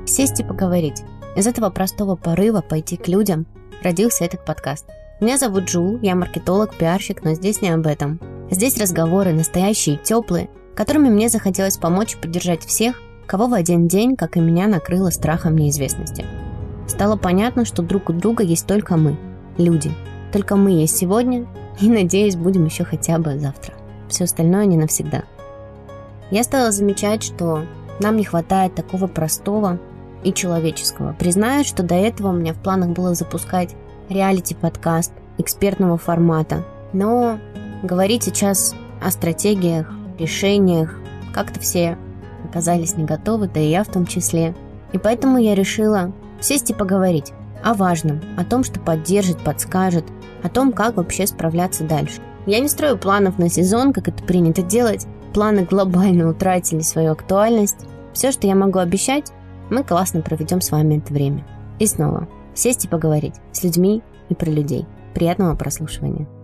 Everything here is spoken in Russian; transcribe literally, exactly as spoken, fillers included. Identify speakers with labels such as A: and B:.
A: Сесть и поговорить. Из этого простого порыва пойти к людям родился этот подкаст. Меня зовут Джул, я маркетолог, пиарщик, но здесь не об этом. Здесь разговоры настоящие, теплые, которыми мне захотелось помочь и поддержать всех, кого в один день, как и меня, накрыло страхом неизвестности. Стало понятно, что друг у друга есть только мы, люди. Только мы есть сегодня, и, надеюсь, будем еще хотя бы завтра. Все остальное не навсегда. Я стала замечать, что нам не хватает такого простого и человеческого. Признаюсь, что до этого у меня в планах было запускать реалити-подкаст экспертного формата. Но говорить сейчас о стратегиях, решениях как-то все оказались не готовы, да и я в том числе. И поэтому я решила сесть и поговорить о важном, о том, что поддержит, подскажет, о том, как вообще справляться дальше. Я не строю планов на сезон, как это принято делать. Планы глобально утратили свою актуальность. Все, что я могу обещать, мы классно проведем с вами это время. И снова, сесть и поговорить с людьми и про людей. Приятного прослушивания.